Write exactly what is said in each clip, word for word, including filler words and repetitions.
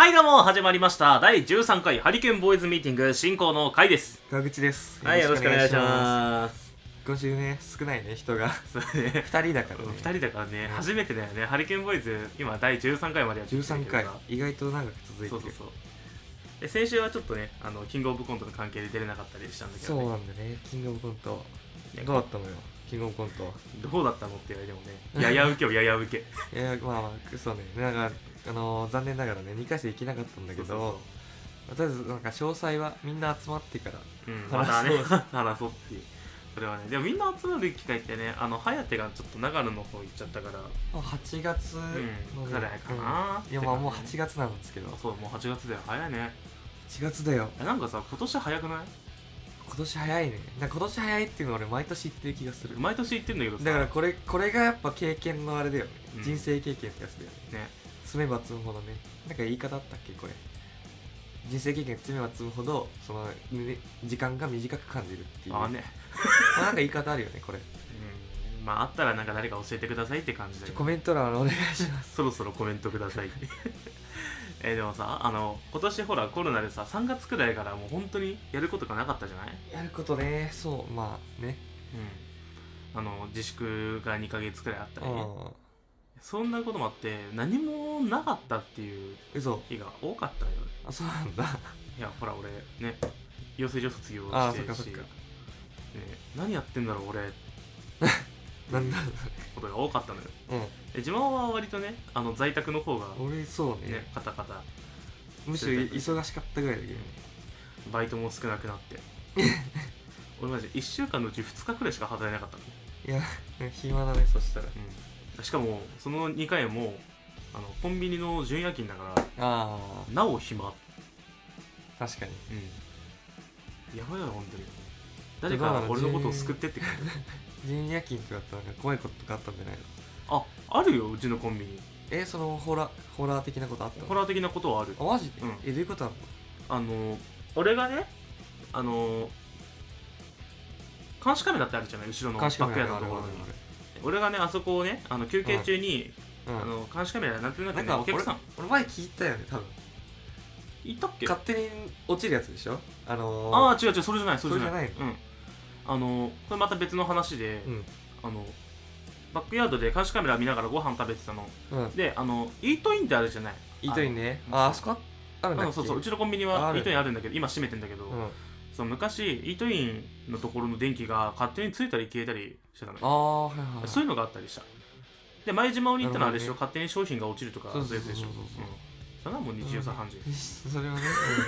はいどうも始まりましただいじゅうさんかいハリケーンボーイズミーティング進行の回です。 川口です。 はい、よろしくお願いします。 今週ね少ないね人がそうねふたりだからねふたりだからね、ね初めてだよね。ハリケーンボーイズ今だいじゅうさんかいまでやってるじゅうさんかい意外と長く続いてる。 そうそうそう。で先週はちょっとねあのキングオブコントの関係で出れなかったりしたんだけど、ね、 そうなんだね。キングオブコントどうだったのよ。キングオブコントどうだったのって言われてもねやや受けをやや受けいやまあまあそうね。なんかあのー、残念ながらねにかいせい行けなかったんだけど、そうそうそう、とりあえずなんか詳細はみんな集まってから話そう、うん、またね話そうっていう。それはね、でもみんな集まる機会ってね、あの颯がちょっと長野の方行っちゃったからはちがつのぐらいかな、 うん、いやまあもうはちがつなんですけど。 そう、もうはちがつだよ。早いね。はちがつだよ。 なんかさ、今年早くない？ 今年早いね。なんか今年早いっていうのは俺毎年言ってる気がする。 毎年言ってるんだけどさ、 だからこれこれがやっぱ経験のあれだよね、 うん、 人生経験ってやつだよね。 ね、 積めば積むほどね。なんか言い方あったっけこれ。人生経験積めば積むほどその、ね、時間が短く感じるっていう。 ああねまあなんか言い方あるよねこれ。 うん、まああったらなんか誰か教えてくださいって感じで、 コメント欄お願いしますそろそろコメントくださいえー、でもさ、あの今年ほらコロナでささんがつくらいからもう本当にやることがなかったじゃない？ やることね。そうまあね、 うん、あの自粛がにかげつくらいあったり、ね、 うん、 そんなこともあって何もなかったっていう日が多かったよ。 あ、そうなんだ。 いやほら俺ね養成所卒業あ、 してるし、 そっかそっか、 ね、何やってんだろう俺なんだことが多かったのよ。 うん、 え自慢は割とねあの在宅の方が、ね、 俺そうね、 カタカタむしろ忙しかったぐらいだけどね。 バイトも少なくなって俺マジいっしゅうかんのうちふつかくらいしか働いなかったの。 いや暇だねそしたら、 うん、しかもそのにかいもあのコンビニの純夜勤だからあなお暇。 確かに、 うん、やばいよ本当に。誰か俺のことを救ってって感じ。純夜勤とかだったら怖いこととかあったんじゃないの？ あ、あるようちのコンビニ。 え、そのホラーホラー的なことあったの？ ホラー的なことはある。 あ、マジで？ うん、 え、どういうことあるの？あの俺がねあの監視カメラってあるじゃない後ろのバックヤードのところに。俺がねあそこをねあの休憩中に、うん、あの監視カメラなんていうんだっけ、ね、お客さん俺前聞いたよね多分。 言ったっけ？ 勝手に落ちるやつでしょ？あのー、 ああ違う違うそれじゃないそれじゃない。 うん、あのこれまた別の話で、うん、あのバックヤードで監視カメラ見ながらご飯食べてたの、うん、であのイートインってあるじゃない。 イートインね。ああそこあるんだっけ？ そうそううちのコンビニはイートインあるんだけど今閉めてんだけど、うん、その昔イートインのところの電気が勝手についたり消えたりしてたのよ。 ああはいはいはい。 そういうのがあったりした。で前島に行ったのあれでしょ、ね、勝手に商品が落ちるとかそういうやつでしょ。それはもう日常茶飯事。 それはね、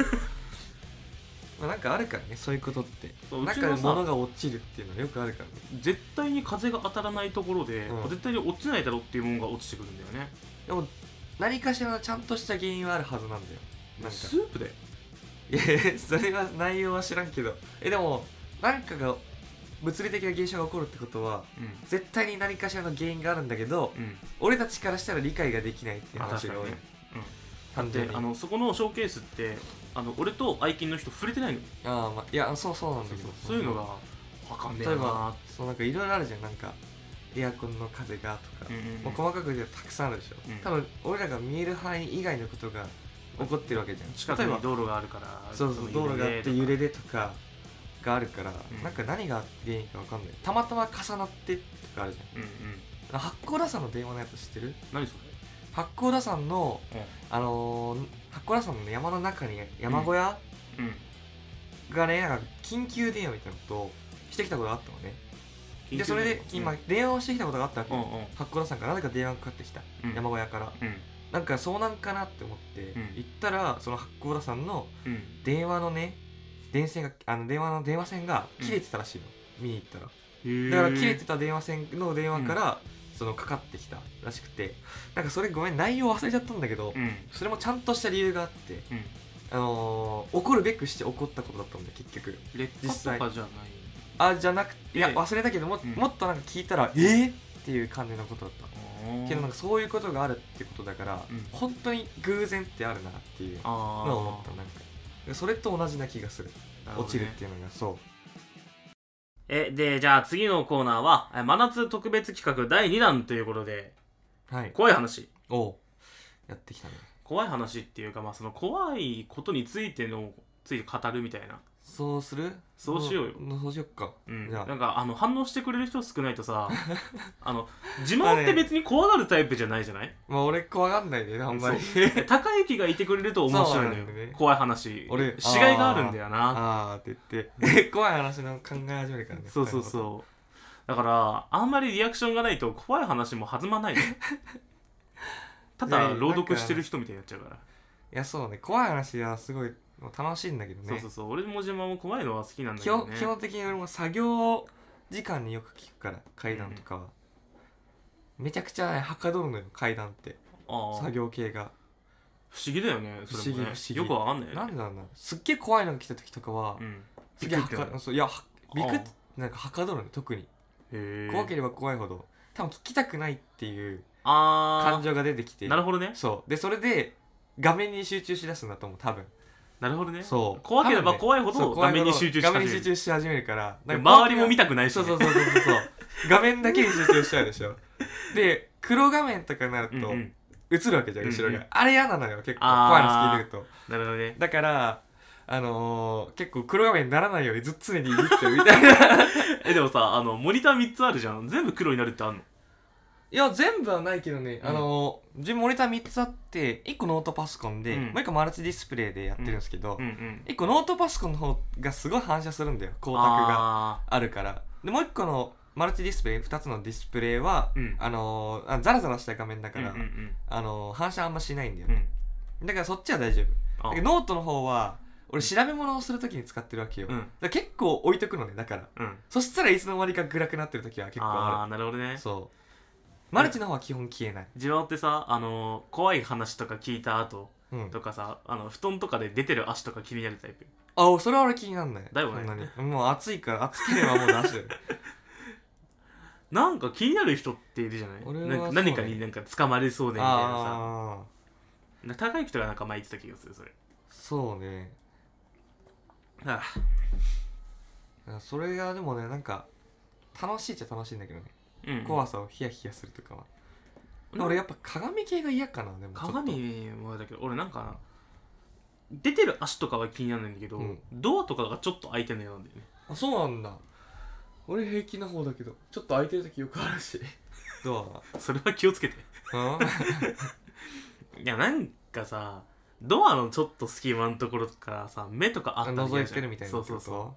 まあなんかあるからねそういうことって。中で物が落ちるっていうのはよくあるからね。 絶対に風が当たらないところで、うん、絶対に落ちないだろうっていうものが落ちてくるんだよね。 でも何かしらのちゃんとした原因はあるはずなんだよ。 なんかスープでいやそれは内容は知らんけど、えでも何かが物理的な現象が起こるってことは、うん、絶対に何かしらの原因があるんだけど、うん、俺たちからしたら理解ができないっていう話が多い。 であのそこのショーケースってあの俺と愛金の人触れてないの。 ああまあいやそうそうなんだけど、 そういうのが分かんねえな。例えばそうなんかいろいろあるじゃん。なんかエアコンの風がとか、うんうんうん、もう細かく言うとたくさんあるでしょ、うん、多分俺らが見える範囲以外のことが起こってるわけじゃん。 近くに道路があるからそうそう道路があって揺れでとかがあるから、うん、なんか何が原因か分かんない。たまたま重なってとかあるじゃん、うんうん、八甲田山の電話のやつ知ってる？ 何それ？ 八甲田山の、うん、あのー、八甲田山の山の中に山小屋、うんうん、がねなんか緊急電話みたいなことをしてきたことがあったのね。でそれで今電話をしてきたことがあったわけ、うんうん、八甲田山からなぜか電話がかかってきた、うん、山小屋から、うん、なんか遭難かなって思って、うん、行ったらその八甲田山の電話のね電線があの電話の電話線が切れてたらしいの、うん、見に行ったら。だから切れてた電話線の電話から、うん、そのかかってきたらしくて、なんかそれごめん内容忘れちゃったんだけど、うん、それもちゃんとした理由があって、うん、あのー、怒るべくして怒ったことだったんだ結局。 劣化とかじゃない？ あじゃなくていや忘れたけど も,、うん、もっとなんか聞いたらえー、っていう感じのことだったけど、なんかそういうことがあるってことだから、うん、本当に偶然ってあるなっていうのを思った。なんかそれと同じな気がする、落ちるっていうのが。そうえでじゃあ次のコーナーは真夏特別企画だいにだんということで、はい、怖い話をやってきたね。 怖い話っていうか、まあその怖いことについてのついて語るみたいな。 そうする？ そうしようよ。 そうしよっか。 うん。なんかあの反応してくれる人少ないとさ、あの自慢って別に怖がるタイプじゃないじゃない？ まあ俺怖がんないでね、あんまり。 高之がいてくれると面白いのよ。ね、怖い話。俺しがいがあるんだよな。 ああって言って怖い話の考え始めるからね。 そうそうそう。だからあんまりリアクションがないと怖い話も弾まないの。ただ朗読してる人みたいになっちゃうから。いやそうね、怖い話はすごい楽しいんだけどね。 そうそうそう、俺も自慢も怖いのは好きなんだけどね。 基本的に俺も作業時間によく聞くから、階段とかは、うん、めちゃくちゃ、ね、はかどるのよ階段って。あ作業系が不思議だよね。それもね、不思議不思議よくわかんないよね。 なんでなんだ、すっげえ怖いのが来た時とかは、うん、すげえはかそういやビクッなんかはかどるの特に。へ怖ければ怖いほど多分聞きたくないっていう感情が出てきて。 なるほどね。 そうでそれで画面に集中しだすんだと思う多分。なるほどね。 そう。 怖ければ怖いほど画面に集中し始める。 画面に集中し始めるから。 周りも見たくないし、 ね。そうそうそうそうそう。画面だけに集中しちゃうでしょ。で、黒画面とかになると、うんうん、映るわけじゃん、後ろが。うんうん、あれ嫌なのよ、結構。怖いの聞いてると。 なるほどね。 だから、あのー、結構黒画面にならないようにずっと常にいじってるみたいな。 え、でもさ、あの、モニターみっつあるじゃん。全部黒になるってあんの？ いや全部はないけどね、うん、あの自分モニターみっつあっていっこノートパソコンで、うん、もういっこマルチディスプレイでやってるんですけど、うんうんうん、いっこノートパソコンの方がすごい反射するんだよ、光沢があるから。でもういっこのマルチディスプレイふたつのディスプレイは、うん、あのー、ザラザラした画面だから、うんうんうん、あのー、反射あんましないんだよね、うん、だからそっちは大丈夫。だけどノートの方は俺調べ物をするときに使ってるわけよ、うん、だから結構置いとくのね。だから、うん、そしたらいつの間にか暗くなってるときは結構ある。 ああなるほどね。 そうマルチの方は基本消えない。 自分ってさ、あのー、怖い話とか聞いた後とかさ、うん、あの布団とかで出てる足とか気になるタイプ？ あ、それは俺気になんない。 だよね。 そんなにもう暑いから暑ければもう出してる。 なんか気になる人っているじゃない？俺はそう、ね、なんか何かになんか掴まれそうでみたいなさ。高い人がなんか前言ってた気がするそれ。 そうね。ああそれがでもねなんか楽しいっちゃ楽しいんだけどね。うん、怖さをヒヤヒヤするとかは。俺やっぱ鏡系が嫌かな。でも鏡もだけど俺なんか出てる足とかは気にならないんだけど、うん、ドアとかがちょっと開いてるの嫌なんだよね。 あ、そうなんだ。俺平気な方だけどちょっと開いてる時よくあるしドアは。 それは気をつけて。いやなんかさドアのちょっと隙間のところからさ目とかあったら覗いてるみたいな。 そうそうそう。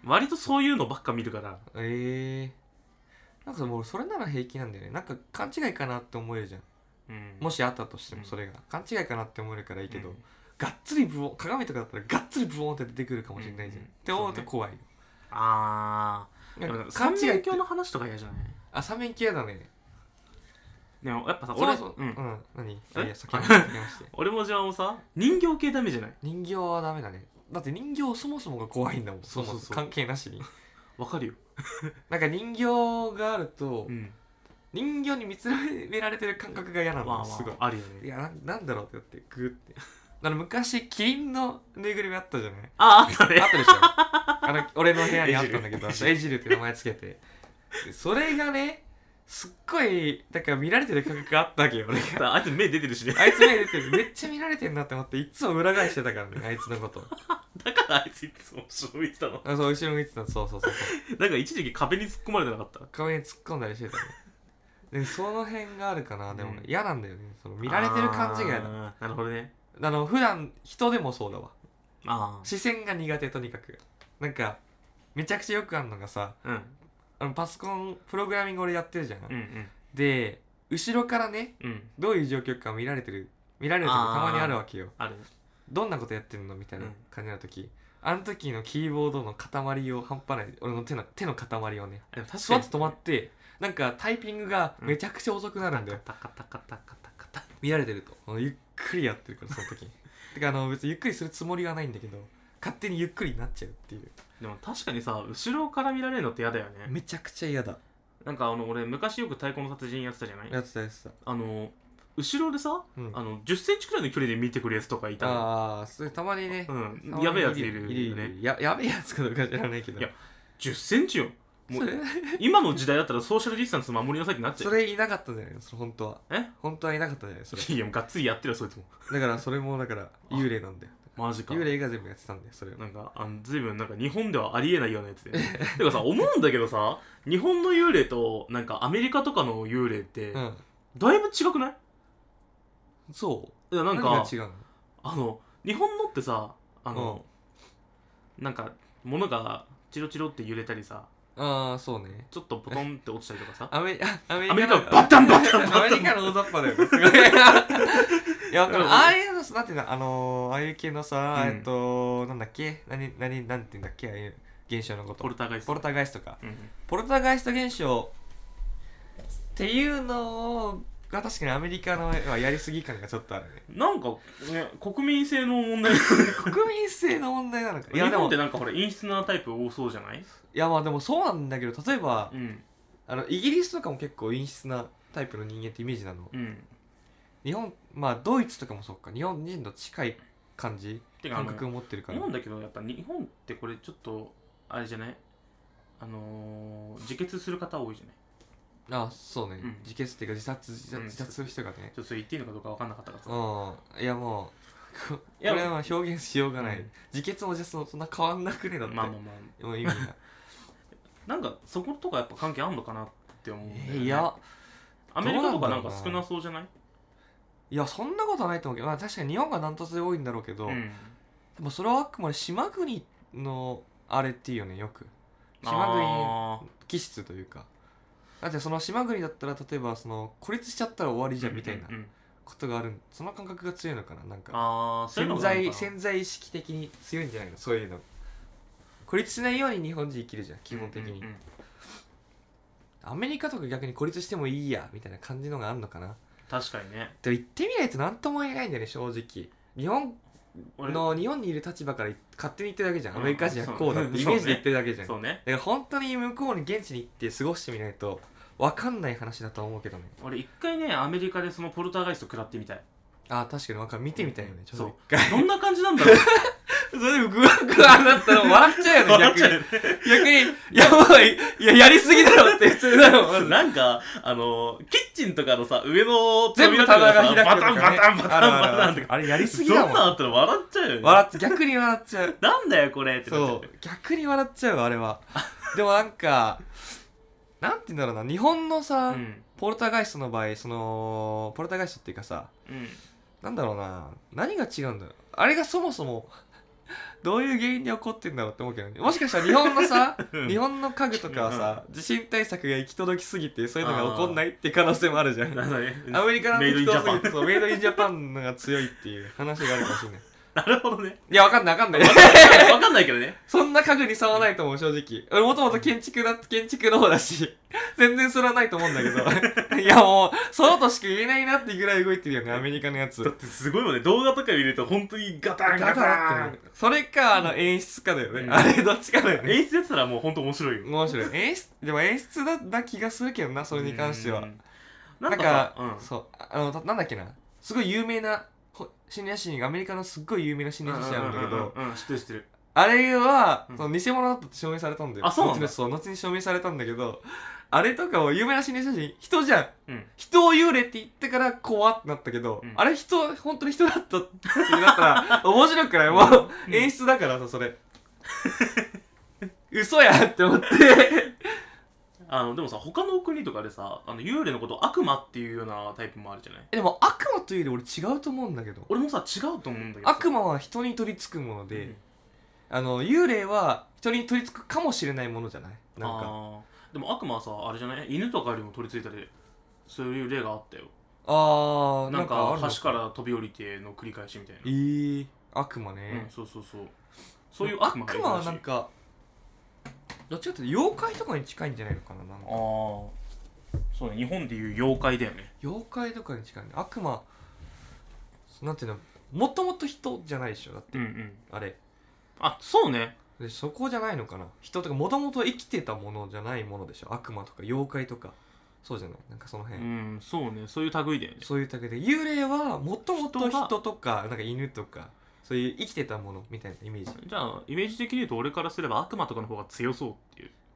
割とそういうのばっか見るから。 ええーなんかもうそれなら平気なんだよね。なんか勘違いかなって思えるじゃん、うん、もしあったとしてもそれが、うん、勘違いかなって思えるからいいけど、うん、がっつりブオン鏡とかだったらがっつりブオンって出てくるかもしれないじゃん、うん、って思うと怖いよ、ね、 あー三面鏡の話とか嫌じゃない？ あ、三面鏡だね。 でもやっぱさ俺そうそう、うん、うん、何？えいや先に俺もじゃあもさ人形系ダメじゃない？ 人形はダメだね。だって人形そもそもが怖いんだもん。そうそうそう、関係なしに。 わかるよ。 なんか人形があると、うん、人形に見つめられてる感覚が嫌なんだよ、まあまあ、すごいあるよね。 いや な, なんだろうってやってグーってあの昔キリンのぬいぐるみあったじゃない？ ああったね。 あったでしょ。あの俺の部屋にあったんだけどエジルって名前つけてそれがねすっごいだから見られてる感覚があったわけよ俺が。 あいつ目出てるしね。 あいつ目出てる。めっちゃ見られてんなって思っていつも裏返してたからねあいつのこと。 だからあいついつも後ろ向いてたの。 あ、そう後ろ向いてた。そうそうそうそう。 なんか一時期壁に突っ込まれてなかった？ 壁に突っ込んだりしてたね。でその辺があるかな。でも嫌、うん、なんだよねその見られてる感じが嫌だ。 なるほどね。 あの普段人でもそうだわ。 あ視線が苦手。とにかくなんかめちゃくちゃよくあるのがさ、うん、あのパソコンプログラミング俺やってるじゃん、うんうん、で後ろからね、うん、どういう状況か見られてる見られる時たまにあるわけよ。 ある。 どんなことやってるのみたいな感じの時、うん、あの時のキーボードの塊を半端ない俺の手の手の塊をねスワッと止まってなんかタイピングがめちゃくちゃ遅くなるんだよ、うん、 タカタカタカタカタ見られてるとゆっくりやってるからその時にてかあの別にゆっくりするつもりはないんだけど勝手にゆっくりになっちゃうっていう。 でも確かにさ後ろから見られるのって嫌だよね。 めちゃくちゃ嫌だ。 なんかあの俺昔よく太鼓の達人やってたじゃない？ やってたやってた。 あの後ろでさ、うん、あのじゅっセンチくらいの距離で見てくるやつとかいたの。 ああそれたまにね、 うん、やべえやついるよね。 や, やべえやつかどうか知らないけどいやじゅっセンチよ。 もう今の時代だったらソーシャルディスタンス守りなさいってなっちゃう。 それいなかったんじゃないの、それ本当は。 え本当はいなかったんじゃないそれ。 いやもうがっつりやってるよそいつも。 だからそれもだから幽霊なんだよ。 マジか。 幽霊が全部やってたんだよそれは。 なんかあの随分なんか日本ではありえないようなやつで、ね、てかさ思うんだけどさ、日本の幽霊となんかアメリカとかの幽霊ってだいぶ違くない？ そう。 いやなんか何が違うの？ あの日本のってさあの、うん、なんか物がチロチロって揺れたりさ、 ああそうね、 ちょっとポトンって落ちたりとかさ、 アメアメアメリカはバタンバタンバタンアメリカの大雑把だよねすごいいやああいうのなんていうの、あのー、ああいう系のさ、うん、えっとなんだっけ何何なんていうんだっけ、ああいう現象のこと、 ポルターガイストポルターガイストか、 うん、 ポルターガイスト現象っていうのが確かにアメリカのはやりすぎ感がちょっとあるね。 なんかね国民性の問題国民性の問題なのか。 いや日本ってなんかほら陰湿なタイプ多そうじゃない？いやまあでもそうなんだけど、例えば、 うん、 あのイギリスとかも結構陰湿なタイプの人間ってイメージなの、 うん、 日本まあドイツとかもそっか、日本人と近い感じ感覚を持ってるから。 日本だけどやっぱ日本ってこれちょっとあれじゃない、あのー、自決する方多いじゃない。 ああそうね、 うん、 自決っていうか自殺自殺,、うん、自殺する人がね、 ちょっとそれ言っていいのかどうか分かんなかったからさ。 うん、いやもうこれはまあ表現しようがない、うん、自決も自殺もそんな変わんなくねだって。 まあまあまあもう意味がなんかそことかやっぱ関係あんのかなって思うんだよね。 えー、いやアメリカとかなんか少なそうじゃない？ いやそんなことはないと思うけど、まあ、確かに日本がダントツで多いんだろうけど、うん、でもそれはあくまで島国のあれっていうよね、よく島国気質というか、だってその島国だったら例えばその孤立しちゃったら終わりじゃんみたいなことがある、その感覚が強いのかな、なんかあ潜在潜在意識的に強いんじゃないの、そういうの。孤立しないように日本人生きるじゃん基本的に、うんうんうん、アメリカとか逆に孤立してもいいやみたいな感じのがあるのかな。 確かにね。 でも言ってみないと何とも言えないんだよね正直。日本の日本にいる立場から勝手に言ってるだけじゃん、うん、アメリカ人はこうだってイメージで言ってるだけじゃん。 そうね。 だから本当に向こうに現地に行って過ごしてみないと分かんない話だと思うけどね。 俺一回ねアメリカでそのポルターガイスト食らってみたい。 あ確かに分かる、見てみたいよね、うん、ちょっと一回どんな感じなんだろうそれでもグワグワだったら笑っちゃうよね逆に逆にやばい、いややりすぎだろって普通だろなんかあのキッチンとかのさ上の全部棚が開くとか、ね、 バタンバタンバタンバタンとかあれやりすぎだもん。 そんなんあったら笑っちゃうよね。 笑っ逆に笑っちゃうなんだよこれってなっちゃう。 そう逆に笑っちゃうあれはでもなんかなんて言うんだろうな、日本のさ、うん、ポルターガイストの場合、そのポルターガイストっていうかさ、うん、なんだろうな、何が違うんだろう、あれがそもそもどういう原因で起こってんだろうって思うけど、ね、もしかしたら日本のさ日本の家具とかはさ、地震対策が行き届きすぎてそういうのが起こんないっていう可能性もあるじゃん。アメリカの適当すぎてそうメイドインジャパンのが強いっていう話があるかもしれない。 なるほどね。 いや、わかんないわかんない。 わかんないけどね。 そんな家具に差はないと思う、正直。俺もともと建築だ、建築の方だし、全然それはないと思うんだけど。いや、もう、そうとしか言えないなってぐらい動いてるよね、アメリカのやつ。 だってすごいもんね、動画とか見ると本当にガタンガタン。 それか、あの、演出かだよね。うん、あれ、どっちかだよね。 演出やったらもう本当面白いよ。 面白い。演出、でも演出だった気がするけどな、それに関しては。んなんか、うん、そう、あの、なんだっけな、すごい有名な、心理写真がアメリカのすっごい有名な心理写真あるんだけど、 うん、知ってる知ってる。 あれは、うん、その偽物だったって証明されたんだよ。 あ、そうなんだ。 後に、後に証明されたんだけど、あれとかは有名な心理写真、人じゃん。 うん、 人を幽霊って言ってから怖ってなったけど、うん、あれ人、本当に人だったってなったら、面白くない？もう、うん、演出だからさ、それ。嘘やって思って。 あのでもさ、他の国とかでさ、あの幽霊のことを悪魔っていうようなタイプもあるじゃない。 えでも悪魔というより俺違うと思うんだけど。 俺もさ違うと思うんだけど、 悪魔は人に取り付くもので、うん、あの幽霊は人に取り付くかもしれないものじゃない。なんかあでも悪魔はさあれじゃない、犬とかよりも取り付いたりそういう例があったよ。 あーなんか橋から飛び降りての繰り返しみたいな。 えー、悪魔ね、 うん、そうそうそう、そういう悪魔がいるらしい。 悪魔はなんかどっちかっていうと妖怪とかに近いんじゃないのかな。なんかああそうね、日本でいう妖怪だよね。 妖怪とかに近いね。悪魔なんていうの、もともと人じゃないでしょだって、 うんうん、あれあそうね。 でそこじゃないのかな。人とかもともと生きてたものじゃないものでしょ、悪魔とか妖怪とか。そうじゃない、なんかその辺。 うんそうね、そういう類だよね。 そういう類で、幽霊はもともと人とかなんか犬とかそういう生きてたものみたいなイメージ。 じゃあイメージ的に言うと俺からすれば悪魔とかの方が強そうっていう。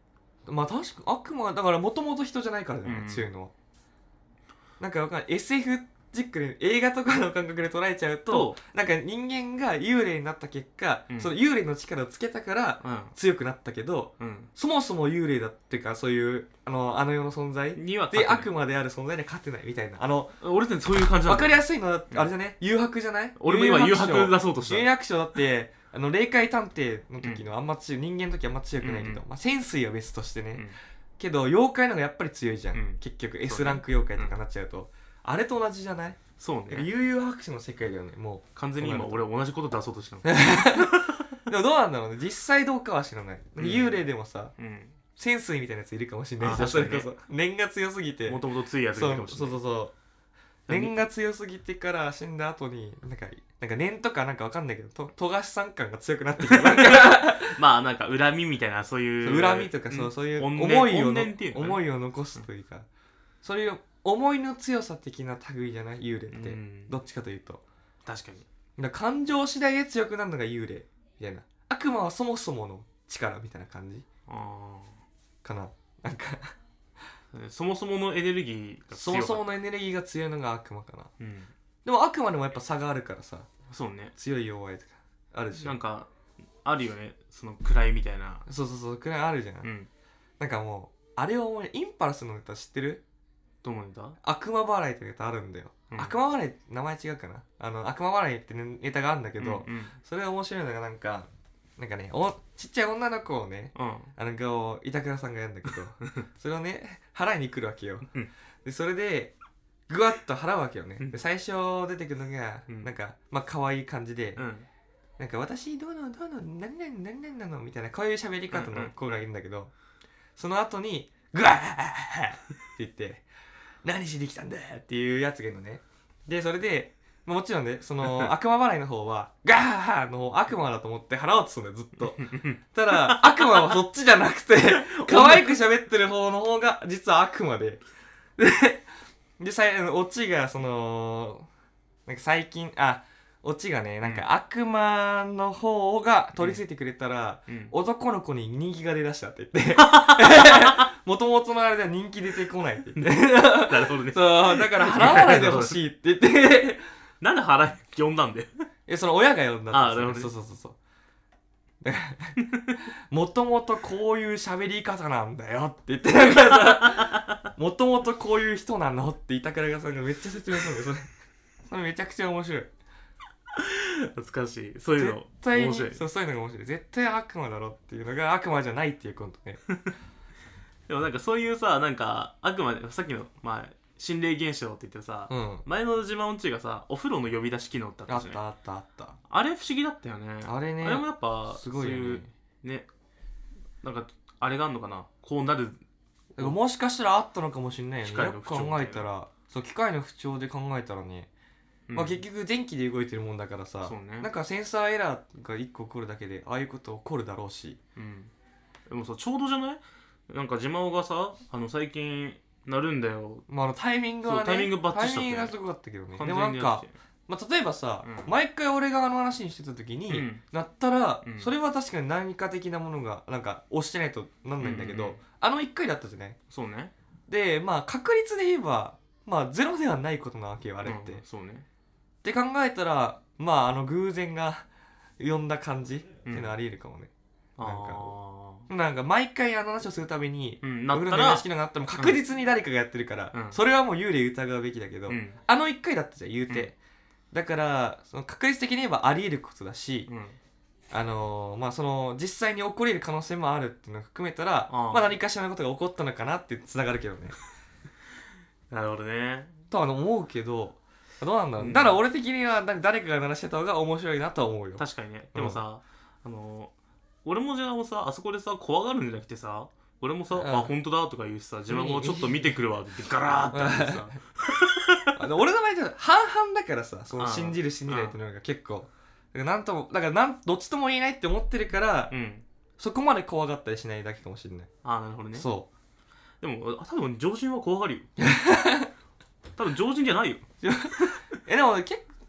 まあ確か悪魔だからもともと人じゃないからだよね、うん、強いのはなんかわかんない エスエフ ジックで映画とかの感覚で捉えちゃうとなんか人間が幽霊になった結果、うん、その幽霊の力をつけたから強くなったけど、うん、そもそも幽霊だってかそういうあのあの世の存在にはで悪魔である存在には勝てないみたいなあの俺ってそういう感じなんだ。 分かりやすいのはあれじゃね、うん、誘白じゃない？ 俺も今誘白出そうとした。 誘白書だってあの霊界探偵の時のあんま強い、うん、人間の時あんま強くないけど、うんうんまあ、潜水は別としてね、うん、けど妖怪の方がやっぱり強いじゃん、うん、結局 S ランク妖怪とかなっちゃうと、うん、あれと同じじゃない？ そうね。 悠々白書の世界だよね。もう完全に今俺同じこと出そうとしたのでもどうなんだろうね、実際どうかは知らない、うん、幽霊でもさ、うん、潜水みたいなやついるかもしれないじゃん。それこそ念が強すぎてもともと強いやつがいるかもしれない。 そうそうそう念が強すぎてから死んだ後になんかなんか念とかなんかわかんないけどと富樫さん感が強くなってきてまあなんか恨みみたいなそういう恨みとかそう、うん、そういう思いを、ね、思いを残すというか、うん、そういう思いの強さ的な類じゃない幽霊って、うん、どっちかというと確かにだから感情次第で強くなるのが幽霊みたいな、悪魔はそもそもの力みたいな感じあかな、なんかそもそものエネルギーが強い、 そもそものエネルギーが強いのが悪魔かな、うん、でも悪魔でもやっぱ差があるからさ、 そうね、 強い弱いとかあるでしょ、 なんかあるよね、その位みたいな、 そうそうそう位あるじゃん、うん、なんかもうあれを思いインパルスのネタ知ってる？ どう思うんだ？ 悪魔払いってネタあるんだよ、うん、悪魔払い名前違うかな、あの悪魔払いってネタがあるんだけど、うんうん、それが面白いのがなんかなんかねおちっちゃい女の子をね、うん、あのこう板倉さんがやるんだけどそれをね払いに来るわけよ、うん、でそれでぐわっと払うわけよね、うん、で最初出てくるのが、うん、なんかまあ可愛い感じで、うん、なんか私どうのどうの何々何々なのみたいなこういう喋り方の子がいるんだけど、うんうん、その後にぐわーって言って何しに来たんだっていうやつがいるのね。でそれでもちろんねその悪魔払いの方はガーの悪魔だと思って払おうとするんだよずっとただ悪魔はそっちじゃなくて可愛く喋ってる方の方が実は悪魔でででさオチがそのなんか最近あオチがねなんか悪魔の方が取り付いてくれたら、うん、男の子に人気が出だしたって言ってもともとのあれでは人気出てこないって言ってなるほどね、 そうだから払わないでほしいって言ってなんで払い呼んだんでえその親が呼んだんああなるほど、ね、 そうそうそうそうもともとこういう喋り方なんだよって言ってなんかさもともとこういう人なのって板倉さんがめっちゃ説明するんだよそれそれめちゃくちゃ面白い懐かしいそういうの絶対面白いそうそういうのが面白い絶対悪魔だろっていうのが悪魔じゃないっていうコントねでもなんかそういうさなんか悪魔さっきのまあ心霊現象って言ってさ、うん、前の自慢音痴がさお風呂の呼び出し機能ってあったじゃない？ あったあったあったあれ不思議だったよね。 あれねあれもやっぱすごいよね、そういうねなんかあれがあんのかなこうなるだからもしかしたらあったのかもしれないよね。よく考えたらそう機械の不調で考えたらね、うん、まあ結局電気で動いてるもんだからさ、そうね、なんかセンサーエラーがいっこ起こるだけでああいうこと起こるだろうし、うん、 でもさちょうどじゃないなんか自慢がさあの最近なるんだよ、 まあ、あのタイミングはねタイミングバッチしたってタイミングがすごかったけどね。でもなんか、まあ、例えばさ、うん、毎回俺があの話にしてた時に、うん、なったら、うん、それは確かに何か的なものがなんか押してないとなんないんだけど、うんうんうん、あのいっかいだったじゃない。 そうね。 でまあ確率で言えばまあゼロではないことなわけよあれって、うん、 そうね。 って考えたらまああの偶然が呼んだ感じっていうのはあり得るかもね、うん、なんかなんか毎回あの話をするたびに、うん、なったら好きなのがあっても確実に誰かがやってるから、うん、それはもう幽霊疑うべきだけど、うん、あのいっかいだったじゃん言うて、うん、だからその確率的に言えばあり得ることだし、うん、あのー、まあその実際に起こり得る可能性もあるっていうのを含めたら、あまあ何かしらのことが起こったのかなってつながるけどねなるほどねとは思うけどどうなんだろう、うん、だから俺的には誰かが鳴らしてた方が面白いなとは思うよ。 確かにね。でもさ、うん、あのー俺もじゃあさあそこでさ怖がるんじゃなくてさ俺もさ、うん、あ本当だとか言うしさ自分もちょっと見てくるわって言ってガラーってなってさあの俺の場合じゃ半々だからさその信じる信じないっていうのが結構だからなんともだからなんどっちとも言えないって思ってるから、うん、そこまで怖がったりしないだけかもしれない。 あなるほどね。 そうでも多分常人は怖がるよ多分常人じゃないよえでも結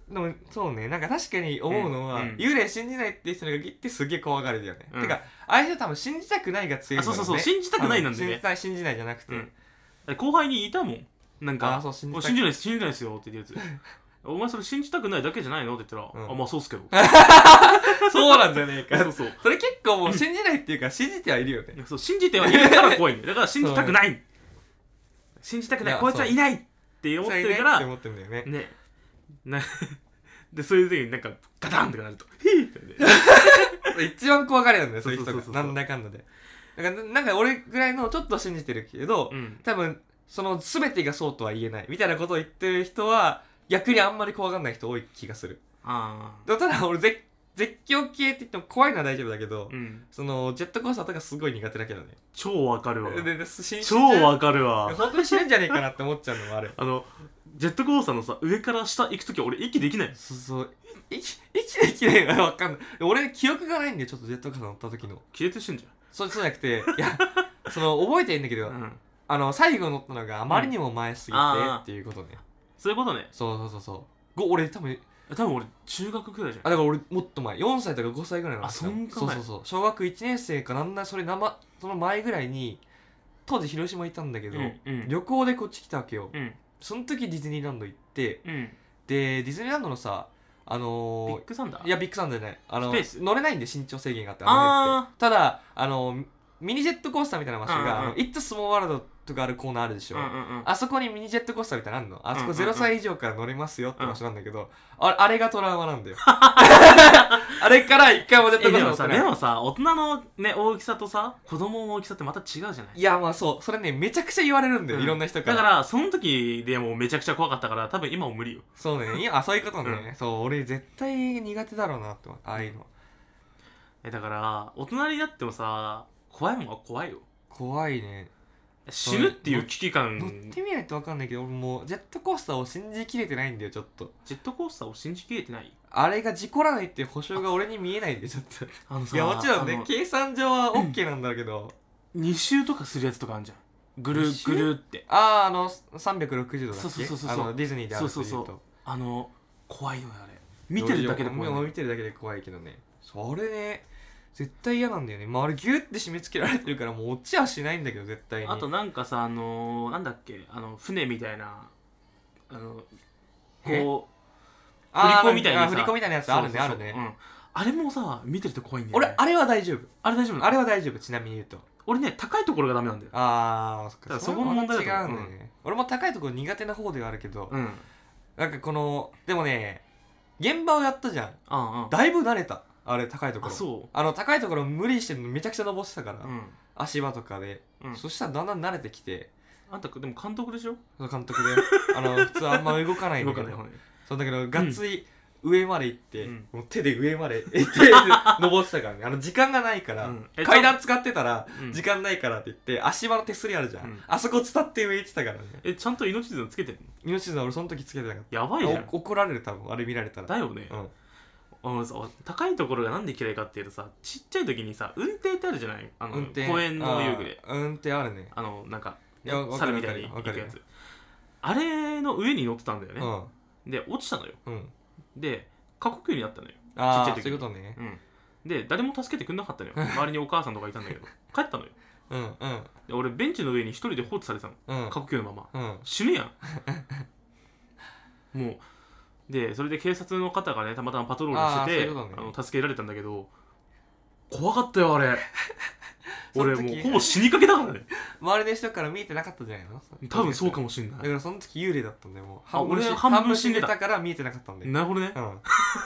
でもそうね、なんか確かに思うのは、うんうん、幽霊信じないっていう人がいてすげえ怖がるだよね、うん、てかああいう人多分信じたくないが強いんだよね。 あ、そうそうそう、信じたくないなんでね、 信じたい信じないじゃなくて、 うん、後輩にいたもん、なんかあそう信じ信じないです信じないですよって言うやつお前それ信じたくないだけじゃないのって言ったら、うん、あまあそうっすけどそうなんじゃねえかそうそう、 それ結構もう信じないっていうか信じてはいるよねそう信じてはいるから怖いんだよだから信じたくない信じたくないこいつはいないって思ってるからって思ってんだよねねなでそういう時になんかガタンってなるとヒーって一番怖がりなんだよそういう人がなんだかんだでだからなんか俺ぐらいのちょっと信じてるけど、うん、多分その全てがそうとは言えないみたいなことを言ってる人は逆にあんまり怖がんない人多い気がする。 あただ俺絶絶叫系って言っても怖いのは大丈夫だけど、 うん、 そのジェットコースターとかすごい苦手だけどね。 超わかるわでで超わかるわ本当に死ぬんじゃねえかなって思っちゃうのもあるあのジェットコースターのさ上から下行くとき俺息できない。 そうそう息息できないのわかんない。俺記憶がないんでちょっとジェットコースター乗った時の気絶してんじゃん。 そうそうじゃなくていやその覚えてるんだけど、うん、あの最後乗ったのがあまりにも前すぎて、うん、っていうことね。 そういうことね。 そうそうそうそうご俺多分多分俺中学くらいじゃん。 あだから俺もっと前よんさいとかごさいぐらいの。 あそんなそうそうそう小学いちねん生かなんなそれ生その前ぐらいに当時広島行ったんだけど、うんうん、旅行でこっち来たわけよ、うん、その時ディズニーランド行って、うん、でディズニーランドのさあのー、 ビッグサンダーいやビッグサンダーじゃないあのスペース乗れないんで身長制限があってあただあのーミニジェットコースターみたいな場所が、うんうん、あの It's Small World とかあるコーナーあるでしょ、 うんうんうん、あそこにミニジェットコースターみたいなのあるのあそこゼロさい以上から乗れますよって場所なんだけど、うん、あ, あれがトラウマなんだよあれから一回もジェットコースター乗ってない。 でもさでもさ大人の、ね、大きさとさ子供の大きさってまた違うじゃない。 いやまあそうそれねめちゃくちゃ言われるんだよ、うん、いろんな人から。 だからその時でもうめちゃくちゃ怖かったから多分今も無理よ。 そうねいやそういうことね、うん、そう俺絶対苦手だろうなってああいうの。 えだから大人になってもさ怖いもんは怖いよ。 怖いね。 死ぬっていう危機感。 乗ってみないと分かんないけど俺もうジェットコースターを信じきれてないんだよちょっと。 ジェットコースターを信じきれてない。 あれが事故らないっていう保証が俺に見えないんでちょっとあのさいやもちろんね計算上は OK なんだけど、 うん、に周とかするやつとかあるじゃん。ぐるぐるってあああのさんびゃくろくじゅうどだっけ。 そうそうそうそうあのディズニーであるそうそうそうあの怖いのよあれ。見てるだけで怖い、 ね、見てるだけで怖いけどねそれね絶対嫌なんだよね。まああれギュッて締め付けられてるからもう落ちはしないんだけど絶対に。 あとなんかさあのー、なんだっけあの船みたいなあのこう振り子みたいなさ振り子みたいなやつあるねあるね、 うん、あれもさ見てると怖いんだよね。俺あれは大丈夫あれ大丈夫あれは大丈夫ちなみに言うと俺ね高いところがダメなんだよ。 ああそっかそこの問題だと違うんだよね、うん、俺も高いところ苦手な方ではあるけど、 うん、 なんかこのでもね現場をやったじゃん、 うんうん、 だいぶ慣れたあれ高いところ。 あそうあの高いところ無理してるのめちゃくちゃ登ってたから、 うん、 足場とかで、うん、そしたらだんだん慣れてきて。 あんたでも監督でしょ。 そう監督であの普通あんま動かないんだけどそうだけどがっつり上まで行って、うん、もう手で上まで行って登ってたからねあの時間がないから、うん、階段使ってたら、うん、時間ないからって言って足場の手すりあるじゃん、うん、あそこ伝って上行ってたからね。 えちゃんと命綱つけてんの。 命綱俺その時つけてなかった。 やばいじゃん。 怒られる多分あれ見られたら。 だよね、うんあのさ高いところがなんで嫌いかっていうとさちっちゃい時にさ運転ってあるじゃないあの公園の遊具で運転あるねあのなんか猿みたいに行くやつ あ, あれの上に乗ってたんだよね、うん、で落ちたのよ、うん、で過呼吸になったのよあちっちゃい時に。 そういうことね、 うん、で誰も助けてくんなかったのよ周りにお母さんとかいたんだけど帰ったのようん、うん、 で俺ベンチの上に一人で放置されてたの、うん、過呼吸のまま、うん、死ぬやんもうでそれで警察の方がねたまたまパトロールしてて あ,、ね、あの助けられたんだけど怖かったよあれ俺もうほぼ死にかけたからね周りの人から見えてなかったんじゃないの。 多分そうかもしんない。 だからその時幽霊だったんだよもう半分俺半分死んでたから見えてなかったんだよ。 なるほどね、 うん、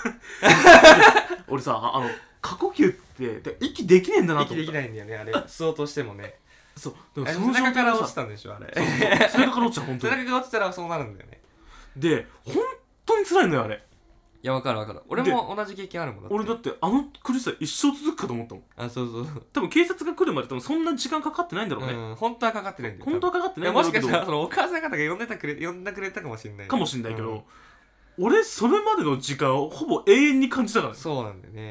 俺さあの過呼吸って息できねえんだなと思った。 息できないんだよねあれ吸おうとしてもねそうでもその背中から落ちたんでしょあれ。 そうそう背中から落ちた本当に背中が落ちたらそうなるんだよね。 で本当に辛いのよあれ。 いや分かる分かる俺も同じ経験あるもんだって。 俺だってあの苦しさ一生続くかと思ったもん。 あそうそう多分警察が来るまで多分そんな時間かかってないんだろうね。 うん本当はかかってないんだよ。 本当はかかってないんだろうけどもしかしたらそのお母さん方が呼んでたくれ呼んでくれたかもしれないかもしれないけど、うん、俺それまでの時間をほぼ永遠に感じたからね。 そうなんだよね。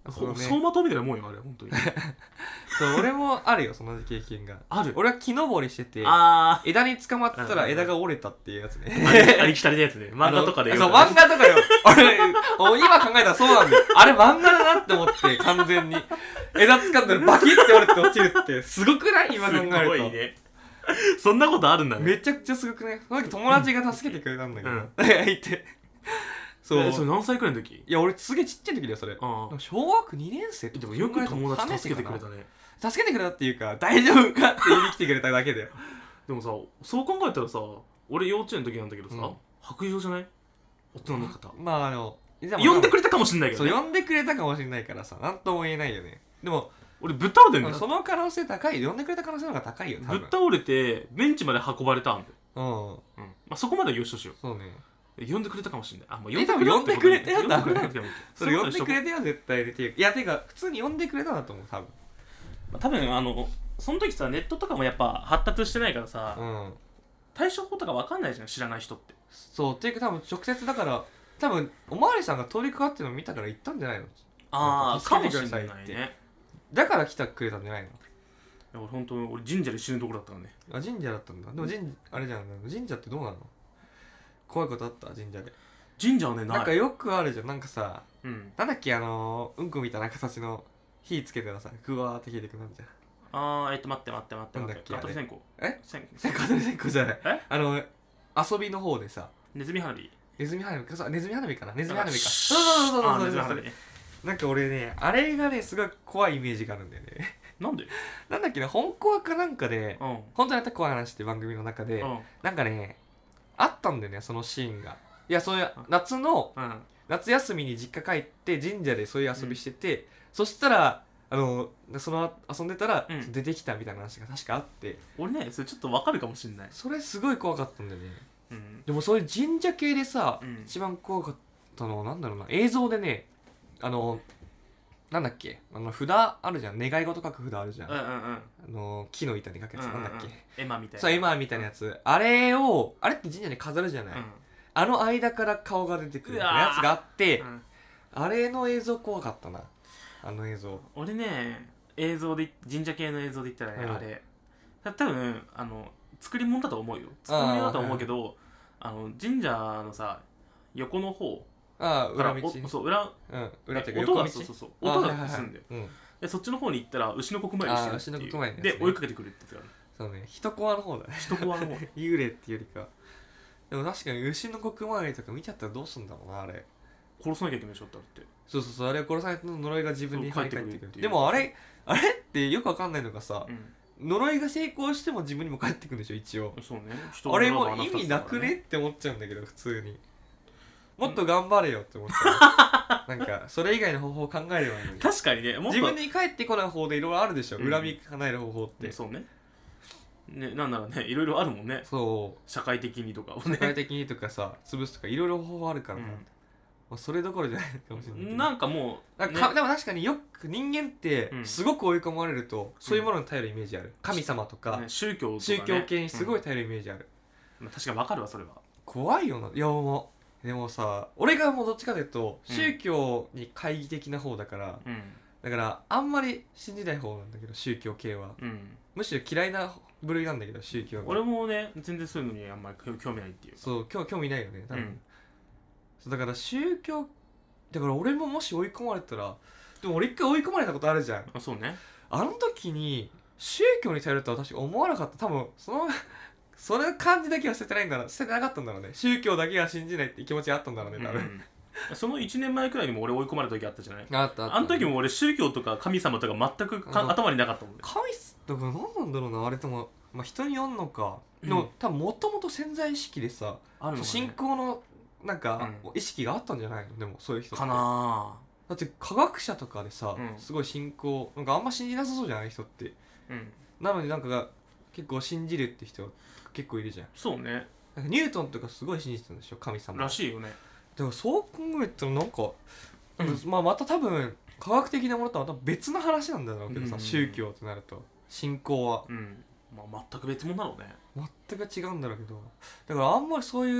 そう、走馬灯みたいなもんよあれ本当にそう俺もあるよその経験がある。 俺は木登りしててあ枝に捕まったら枝が折れたっていうやつねありきたりのやつね漫画とかでそう漫画とかよ俺今考えたらそうなんだよあれ漫画だなって思って完全に枝掴んだらバキって折れて落ちるってすごくない今考えるとすごいねそんなことあるんだね。 めちゃくちゃすごくねその時友達が助けてくれたんだけど、うん、いてそう。え、それ何歳くらいの時？ いや俺すげえちっちゃい時だよそれ。ああ小学にねん生とか。 でもよく友達助けてくれたね。 助けてくれたっていうか大丈夫かって言いに来てくれただけだよでもさそう考えたらさ俺幼稚園の時なんだけどさ、うん、白状じゃない？大人の方。 まああの呼んでくれたかもしんないけど、 ね、そう呼んでくれたかもしんないからさなんとも言えないよね。でも俺ぶっ倒れてんだよ。 その可能性高い。呼んでくれた可能性の方が高いよ多分。 ぶっ倒れてベンチまで運ばれたんだよ。うん、うん、まあそこまではよしとしよう。 そうね呼んでくれたかもしれない。あ、もう呼んでくれたよ。それ呼んでくれたよ絶対で。いやてか普通に呼んでくれたなと思う多分。 まあ、多分あのその時さネットとかもやっぱ発達してないからさ、うん、対処法とか分かんないじゃん知らない人って。 そうっていうか多分直接だから多分おまわりさんが通りかかってるのを見たから言ったんじゃないの。 ああかもしれないね。 だから来てくれたんじゃないの。いや俺本当俺神社で死ぬところだったからね。 あ神社だったんだ。でも神あれじゃん神社ってどうなの。怖いことあった神社で。 神社はねない。 なんかよくあるじゃんなんかさ、うん、なんだっけあのうんこみたいな形の火つけたらさグワーって消えてくなるじゃん。 あーえっと待って待って待って待って。 蚊取り線香。 え蚊取り線香じゃない。 えあの遊びの方でさネズミ花火。 ネズミ花火かネズミ花火かなネズミ花火か。そうそうそうそうそうそう。なんか俺ねあれがねすごい怖いイメージがあるんだよね。 なんでなんだっけな本コアかなんかで、うん、本当にやった怖い話って番組の中で、うん、なんかねあったんだよねそのシーンが。いやそういう夏の、うん、夏休みに実家帰って神社でそういう遊びしてて、うん、そしたらあのその遊んでたら、うん、出てきたみたいな話が確かあって、 俺ねそれちょっと分かるかもしれない。 それすごい怖かったんだよね、うん、でもそういう神社系でさ、うん、一番怖かったのはなんだろうな映像でねあのなんだっけあの札あるじゃん願い事書く札あるじゃん、うんうんうん、あの木の板に書くやつ、うんうんうん、なんだっけエマみたいな。 そうエマみたいなやつ、うん、あれをあれって神社に飾るじゃない、うん、あの間から顔が出てくるやつがあって、うん、あれの映像怖かったなあの映像。 俺ね映像で神社系の映像で言ったらね、うん、あれ多分あの作り物だと思うよ作り物だと思うけど あ,、はい、あの神社のさ横の方ああ裏道そう裏、 うん、裏って音がそうそうそう音がするんだよ、はいはいはい、でそっちの方に行ったら牛の国参りしてるっていう、ね、で追いかけてくるってやつがある。 そうね人コアの方だね人コアの方幽霊っていうよりか。でも確かに牛の国参りとか見ちゃったらどうすんだろうなあれ。 殺さなきゃいけないでしょってあれって。 そうそうそうあれ殺された呪いが自分に入ってくるっていう。でもあれあれってよくわかんないのがさ、うん、呪いが成功しても自分にも返ってくるんでしょ一応。 そうね。 あれも意味なくねって思っちゃうんだけど普通に。もっと頑張れよって思っちゃう。なんかそれ以外の方法を考えればいいのに。 確かにね。もっと自分に返ってこない方法でいろいろあるでしょ、うん、恨み叶える方法って、 うん、そうね。ね、なんならねいろいろあるもんね。 そう社会的にとかをね社会的にとかさ潰すとかいろいろ方法あるからな、うんまあ、それどころじゃないかもしれないけどなんかもう、 ね、なんかでも確かによく人間ってすごく追い込まれると、うん、そういうものに頼るイメージある、うん、神様とか、 ね、宗教とか、ね、 宗教系にすごい頼るイメージある、 うん、確かに分かるわそれは。 怖いよな。いやもうでもさ俺がもうどっちかというと宗教に懐疑的な方だから、うん、だからあんまり信じない方なんだけど宗教系は、うん、むしろ嫌いな部類なんだけど宗教が。 俺もね全然そういうのにあんまり興味ないっていう。 そう興興味ないよね多分、うん、そうだから宗教だから俺ももし追い込まれたらでも俺一回追い込まれたことあるじゃん。 あそうね。 あの時に宗教に頼るとは確か思わなかった。多分そのその感じだけは捨ててないんだろう捨ててなかったんだろうね。宗教だけは信じないって気持ちがあったんだろうね多分、 うん、そのいちねんまえくらいにも俺追い込まれた時あったじゃない。 あったあった。 あの時も俺宗教とか神様とか全くか頭になかったもんね。 神とか何なんだろうなあれとも、まあ、人によんのか、うん、でも多分もともと潜在意識でさあるの、ね、信仰のなんか、うん、意識があったんじゃないの。でもそういう人ってかな。 だって科学者とかでさ、うん、すごい信仰なんかあんま信じなさそうじゃない人って、うん、なのになんかが結構信じるって人結構いるじゃん。 そうね。 なんかニュートンとかすごい信じてたんでしょ神様らしいよね。 でもそう考えたらなんか、うん、まあまた多分科学的なものとはまた別の話なんだろうけどさ、うん、宗教ってなると信仰は、 うんまあ、全く別物だろうね。 全く違うんだろうけどだからあんまりそういう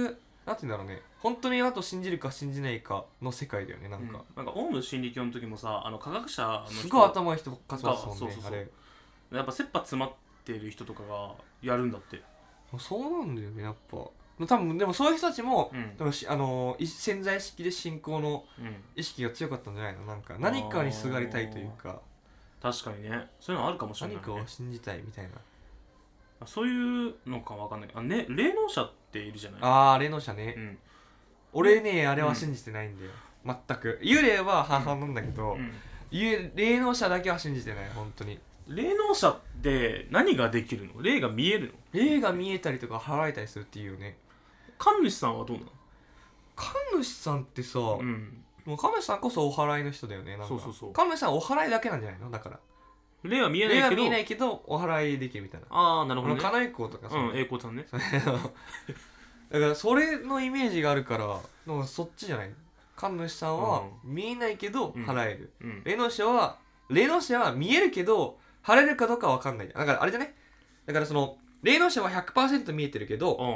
なんて言うんだろうね、本当にあと信じるか信じないかの世界だよね、なんか、 うん、なんかオウム真理教の時もさ、あの科学者の人すごい頭いい人ばっかそうですもんね。 そうそうそう、 あれやっぱ切羽詰まってる人とかがやるんだって。 そうなんだよね、やっぱ多分。でもそういう人たちも、 うん、 でもあの潜在意識で信仰の意識が強かったんじゃないの、なんか何かにすがりたいというか、 確かにね、そういうのあるかもしれない、ね、 何かを信じたいみたいな、 そういうのかわかんない。あ、ね、霊能者っているじゃない。 ああ霊能者ね、 うん、 俺ねあれは信じてないんだよ、うん、全く。幽霊は半々なんだけど、うん、霊能者だけは信じてない、本当に。 霊能者って何ができるの？霊が見えるの？ 霊が見えたりとか払えたりするっていうよね。 神主さんはどうなの？ 神主さんってさ、うん、もう神主さんこそお祓いの人だよね。なんかそうそうそう、 神主さんはお祓いだけなんじゃないの？だから霊は見えないけど、 霊は見えないけどお祓いできるみたいな。 ああなるほどね。 カナエコとかさ、 うん、栄光さんね。 だからそれのイメージがあるから、なんかそっちじゃない。神主さんは見えないけど払える、うんうん、霊能者は霊能者は見えるけど払えるかどうかは分かんない。だからあれじゃね、だからその霊能者は ひゃくパーセント 見えてるけど、うん、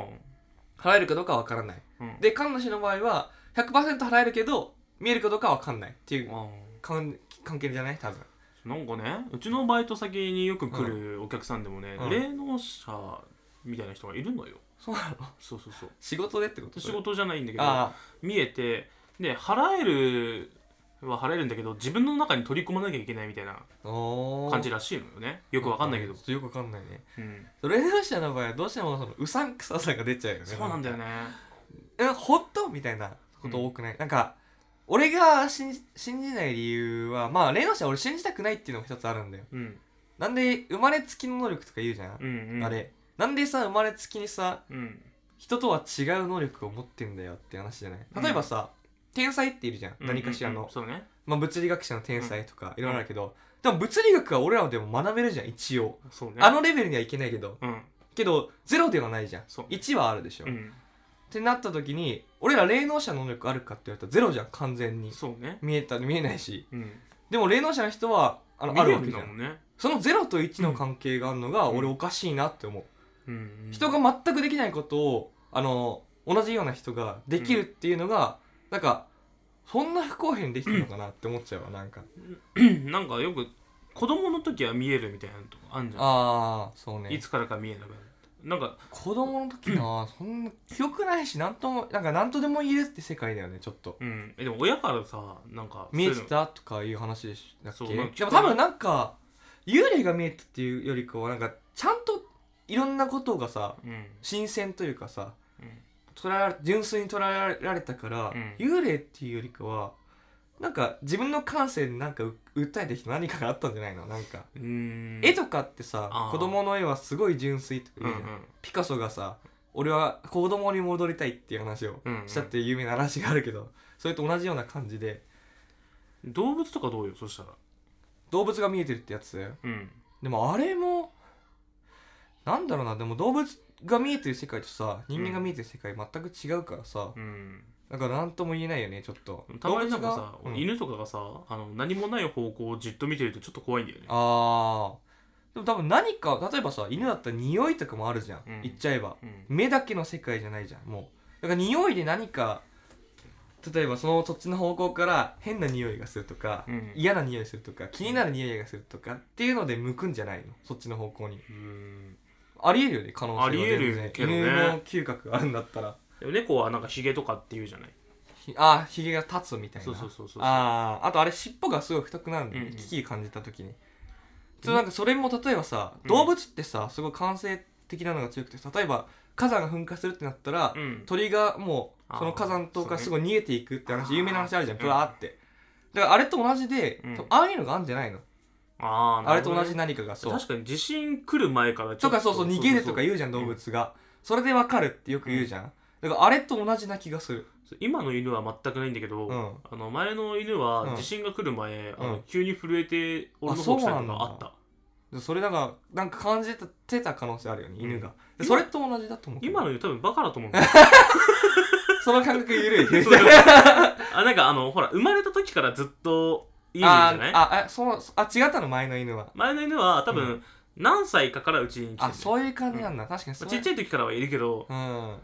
払えるかどうかは分からない、うん、で神主の場合は ひゃくパーセント 払えるけど見えるかどうかは分かんないっていう関係じゃない？多分なんかね、うちのバイト先によく来るお客さんでもね、うん、霊能者みたいな人がいるのよ。 そうなの？ そうそうそう。 仕事でってこと？ 仕事じゃないんだけど、見えて、で払えるは払えるんだけど自分の中に取り込まなきゃいけないみたいな感じらしいのよね。よくわかんないけど、 ちょっとよくわかんないね。うん、霊能者の場合はどうしてもそのうさんくささが出ちゃうよね。 そうなんだよね。 え、ほっとみたいなこと多くない？うん、なんか俺が信じ、信じない理由は、まあ霊能者は俺信じたくないっていうのも一つあるんだよ。うん、なんで生まれつきの能力とか言うじゃん、うんうん、あれなんでさ生まれつきにさ、うん、人とは違う能力を持ってんだよって話じゃない。例えばさ、うん、天才っているじゃん、うん、何かしらの、うんうん、そうね、まあ、物理学者の天才とかいろいろあるけど、うん、でも物理学は俺らでも学べるじゃん一応、そうね、あのレベルにはいけないけど、うん、けどゼロではないじゃん、いちはあるでしょ、うん、ってなった時に俺ら霊能者の能力あるかって言われたらゼロじゃん完全に。そうね、見えた見えないし、うん、でも霊能者の人は あ, のあるわけじゃん、ね、そのゼロといちの関係があるのが俺おかしいなって思う、うんうんうん、人が全くできないことをあの同じような人ができるっていうのが、うん、なんかそんな不公平にできてるのかなって思っちゃうわ。なんかなんかよく子供の時は見えるみたいなとこあんじゃん。 ああそうね、 いつからか見えなくなる。なんか子供の時な、そんな記憶ないし、なんともなんかなんとでも言えるって世界だよねちょっと、 うん、えでも親からさなんか見えてたとかいう話でしたっけ。でも多分なんか幽霊が見えたっていうよりかはなんかちゃんといろんなことがさ、うん、新鮮というかさ、うん、捉えられ純粋に捉えられたから、うん、幽霊っていうよりかはなんか自分の感性でなんか訴えてきた何かがあったんじゃないの。なんかうーん絵とかってさ子供の絵はすごい純粋とか言うじゃん、うんうん、ピカソがさ俺は子供に戻りたいっていう話をしたっていう有名な話があるけど、うんうん、それと同じような感じで。 動物とかどうよ。そしたら動物が見えてるってやつ、うん、でもあれもなんだろうな、でも動物が見えてる世界とさ人間が見えてる世界全く違うからさ、うん、だから何とも言えないよねちょっと。 たまになんかさ、うん、犬とかがさあの何もない方向をじっと見てるとちょっと怖いんだよね。 ああでも多分何か例えばさ犬だったら匂いとかもあるじゃん、うん、言っちゃえば、うん、目だけの世界じゃないじゃんもう。だから匂いで何か例えばそのそっちの方向から変な匂いがするとか、うん、嫌な匂いするとか気になる匂いがするとかっていうので向くんじゃないのそっちの方向に。うーんありえるよね可能性は。 ありえるけどね。 犬の嗅覚があるんだったら。 でも猫はなんかヒゲとかっていうじゃない。 あヒゲが立つみたいな。 そうそうそうそう。 あああとあれ尻尾がすごい太くなるんだよね、うんうん、危機感じた時に。ちょなんかそれも例えばさ、うん、動物ってさすごい感性的なのが強くて例えば火山が噴火するってなったら、うん、鳥がもうその火山島からすごい逃げていくって話、有名な話あるじゃんブワーって。だからあれと同じで、うん、ああいうのがあるんじゃないの。あ, あれと同じ何かが。そう確かに地震来る前からちょっととかそうそう逃げるとか言うじゃん動物が、うん、それで分かるってよく言うじゃん、うん、だからあれと同じな気がする。 今の犬は全くないんだけど、うん、あの前の犬は地震が来る前、うん、あの急に震えて俺の方来たりとかあった。 それだからなんか感じてた可能性あるよね、犬が、うん、それと同じだと思う。 今の犬多分バカだと思うんだよその感覚緩いあなんかあのほら生まれた時からずっといいんじゃない。 ああそうあ違ったの前の犬は。 前の犬は多分、うん、何歳かからうちに来てる。 あそういう感じなんだ、うん、確かにそう、まあ、ちっちゃい時からはいるけど、 うん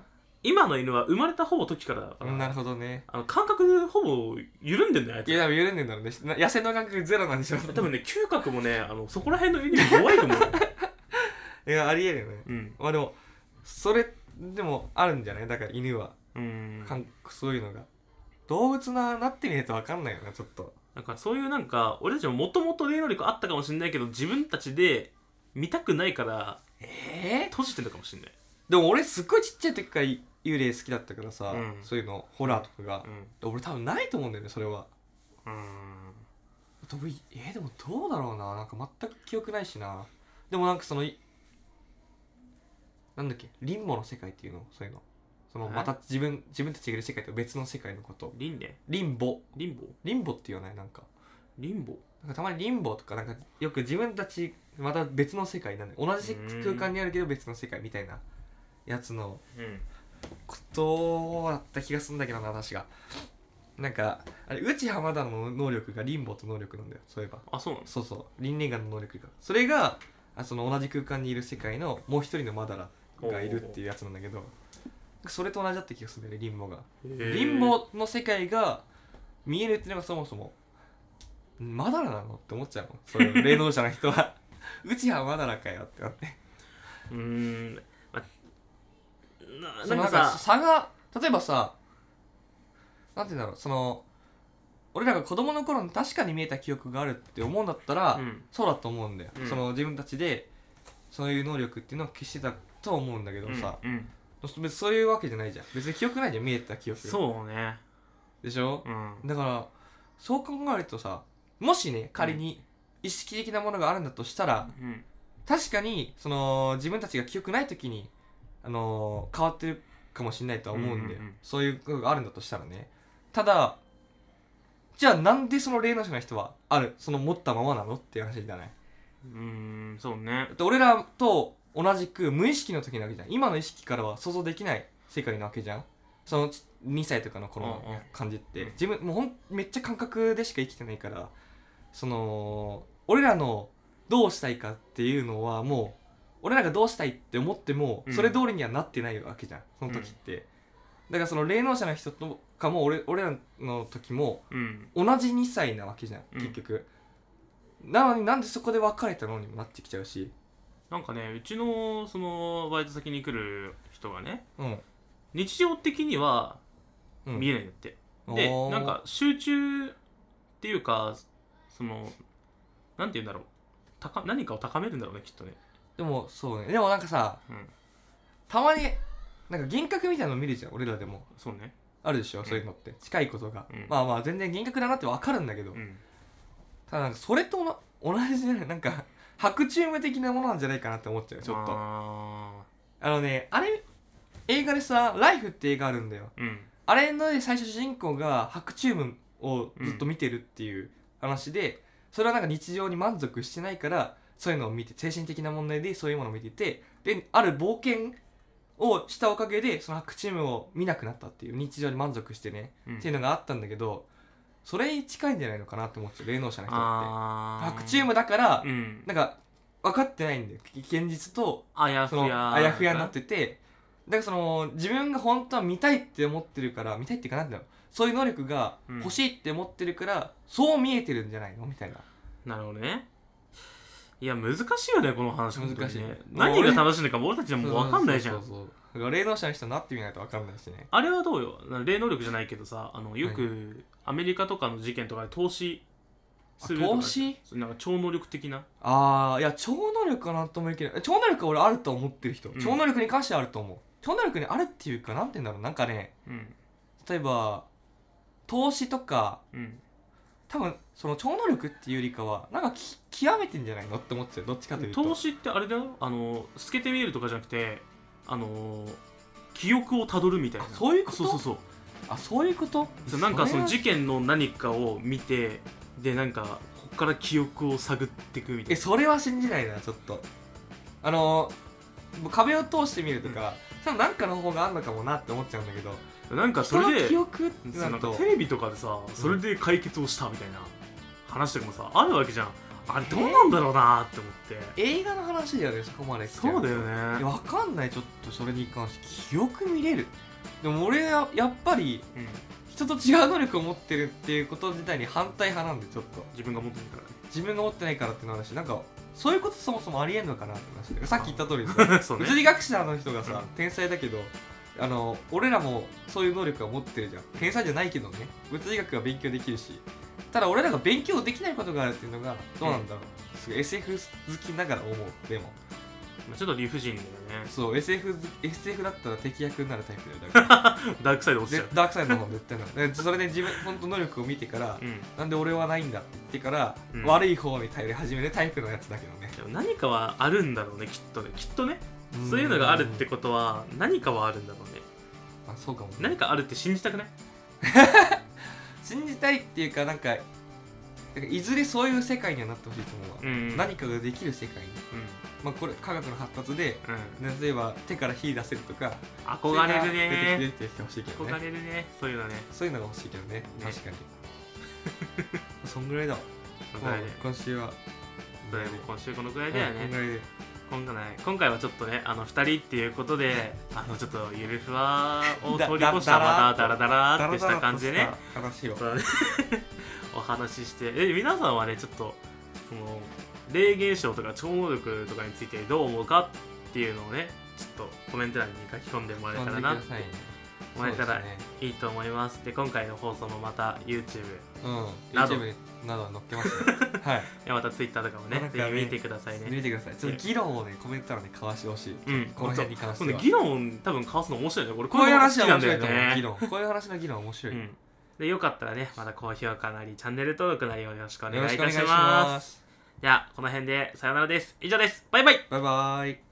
今の犬は生まれたほぼ時からだから、 なるほどね。 あの感覚ほぼ緩んでんだよあいつ。 いや緩んでんだろうね。野生の感覚ゼロなんでしょ。 多分ね嗅覚もね、あのそこら辺の犬に弱いと思ういやありえるよね、 うん、 まあでもそれでもあるんじゃない？だから犬はうん感覚そういうのが動物ななってみないと分かんないよなちょっと。 なんかそういうなんか俺たちももともと霊能力あったかもしれないけど自分たちで見たくないからえー、 閉じてるのかもしれない。 でも俺すっごいちっちゃい時から幽霊好きだったからさ、 うん、 そういうのホラーとかが、 うん、 俺多分ないと思うんだよねそれは。 うーんえー、でもどうだろうな、なんか全く記憶ないしな。でもなんかそのなんだっけリンボの世界っていうの、そういうのそのまた自分自分たちがいる世界と別の世界のこと。 リンねリンボリンボリンボって言わない？なんかリンボなんかたまにリンボとかなんかよく自分たちまた別の世界なんだよ、同じ空間にあるけど別の世界みたいなやつのことだった気がするんだけどな私が。なんかあれ内浜田の能力がリンボと能力なんだよそういえば。 あ、そうなの？ そうそうリンネガンの能力がそれがあその同じ空間にいる世界のもう一人のマダラがいるっていうやつなんだけど、それと同じだった気がするんだよねリンボが。リンボの世界が見えるっていうのがそもそもマダラなのって思っちゃうのそういう霊能者の人は内浜マダラかよってなってうーん、ま、 な, なんかさ差が例えばさなんて言うんだろう、その俺らが子供の頃に確かに見えた記憶があるって思うんだったら、うん、そうだと思うんだよ、うん、その自分たちでそういう能力っていうのを消してたと思うんだけどさ、うんうん、別にそういうわけじゃないじゃん。別に記憶ないじゃん見えた記憶。 そうねでしょ、うん、だからそう考えるとさ、もしね仮に意識的なものがあるんだとしたら、うん、確かにその自分たちが記憶ない時に、あのー、変わってるかもしれないとは思うんで、うんうんうん、そういうことがあるんだとしたらね。ただじゃあなんでその霊能者の人はあるその持ったままなのっていう話じゃない。 うーん、そうね。 だって俺らと同じく無意識の時なわけじゃん。今の意識からは想像できない世界なわけじゃん。そのにさいとかの頃の感じって、うんうん、自分もうほんめっちゃ感覚でしか生きてないから、その俺らのどうしたいかっていうのはもう俺らがどうしたいって思ってもそれ通りにはなってないわけじゃん、その時って、うん、だからその霊能者の人とかも 俺, 俺らの時も同じにさいなわけじゃん、うん、結局。なのになんでそこで別れたのにもなってきちゃうし、 なんかね、うちのそのバイト先に来る人がね、うん、日常的には見えないんだって、うん、でなんか集中っていうかそのなんて言うんだろう、高何かを高めるんだろうねきっとね。 でもそうね、でもなんかさ、うん、たまになんか幻覚みたいなの見るじゃん俺らでも。 そうね、 あるでしょ、うん、そういうのって近いことが、うん、まあまあ全然幻覚だなって分かるんだけど、うん、ただなんかそれと同じじゃない、なんか白チューム的なものなんじゃないかなって思っちゃうちょっと。あ, あのね、あれ映画でさライフって映画あるんだよ、うん、あれの最初主人公が白チュームをずっと見てるっていう話で、うん、それはなんか日常に満足してないからそういうのを見て、精神的な問題でそういうものを見てて、である冒険をしたおかげでその白チームを見なくなったっていう、日常に満足してね、うん、っていうのがあったんだけど、それに近いんじゃないのかなって思っちゃう霊能者の人って。白チームだから、うん、なんか分かってないんだよ現実と、 あやふやあやふやになってて、だからその自分が本当は見たいって思ってるから、見たいっていうかなんだろう、そういう能力が欲しいって思ってるから、うん、そう見えてるんじゃないのみたいな。 なるほどね。いや難しいよねこの話。難しいね。何が正しいのか俺たちはもう分かんないじゃん。そうそうそうそう。だから霊能者の人になってみないと分かんないしね。 あれはどうよ、霊能力じゃないけどさ、あのよくアメリカとかの事件とかで投資するとか、 投資なんか超能力的な。 ああ、いや超能力かなんともいけない。超能力は俺あると思ってる人、うん、超能力に関してはあると思う。超能力にあるっていうかなんて言うんだろう、なんかね、うん、例えば投資とか、うん、多分その超能力っていうよりかはなんかき極めてんじゃないのって思ってる。どっちかというと投資ってあれだよ、あの透けて見えるとかじゃなくて、あの記憶をたどるみたいな。 そういうこと。 そうそうそう。 あ、そういうこと。 なんかその事件の何かを見て、でなんかここから記憶を探っていくみたいな。 え、それは信じないなちょっと。あの壁を通してみるとか、多分なんかの方法があるのかもなって思っちゃうんだけど、 なんかそれで記憶ってなんかテレビとかでさ、それで解決をしたみたいな話とかもさ、あるわけじゃん。あれどうなんだろうなって思って、 えー、映画の話だよねそこまで。 そうだよね。 いや分かんない、ちょっとそれに関して記憶見れる。 でも俺はやっぱりうん人と違う能力を持ってるっていうこと自体に反対派なんで、ちょっと自分が持ってるからね自分が持ってないからっての話、なんかそういうことそもそもありえんのかなって話。さっき言った通りさそうね物理学者の人がさ、 うん天才だけど、あの俺らもそういう能力は持ってるじゃん。天才じゃないけどね、物理学が勉強できるし、ただ俺らが勉強できないことがあるっていうのがどうなんだろう、すごい エスエフ 好きながら思う。でもまあちょっと理不尽だよねそう エスエフ, エスエフだったら敵役になるタイプだよ。だからダークサイド落ちちゃうでダークサイドの方絶対なる。でそれで自分本当能力を見てから、 うんなんで俺はないんだって言ってから、 うん悪い方に頼り始めるタイプのやつだけどね。 でも何かはあるんだろうねきっとねきっとねそういうのがあるってことは何かはあるんだろうね。 あそうかもね。 何かあるって信じたくない？ 信じたいっていうか、なんかなんかいずれそういう世界にはなってほしいと思うわ、 うん何かができる世界に、 うまあこれ科学の発達でんうん例えば手から火出せるとか憧れる出てねきて出てきてほしいけどね。 憧れるねそういうのねそういうのが欲しいけどね。 ね確かにそんぐらいだわ。 そのぐらいでもう今週はそれも今週このぐらいだよねうんこんぐらいで今回ね今回はちょっとねあのふたりっていうことであのちょっとゆるふわを通り越したまたダラダラってした感じでね話をそうねお話ししてえ皆さんはねちょっとその霊現象とか超能力とかについてどう思うかっていうのをねちょっとコメント欄に書き込んでもらえたらなってもらえたらいいと思います。で今回の放送もまた YouTube うん、 など YouTube などは載っけますよはいまた Twitter とかもねなんかねぜひ見てくださいね。 見てください。ちょっと議論をねコメント欄で交わしてほしい、 うん、 この辺に関しては。 議論多分交わすの面白いね。俺こういう話は好きなんだよ面白いと思う、 ね。 議論こういう話の議論は面白い、 うんでよかったらねまた高評価なりチャンネル登録なりよろしくお願いいたしよろしくお願いしま。 ますす。 ではこの辺でさよならです。以上です。バイバイ。 バイバイ。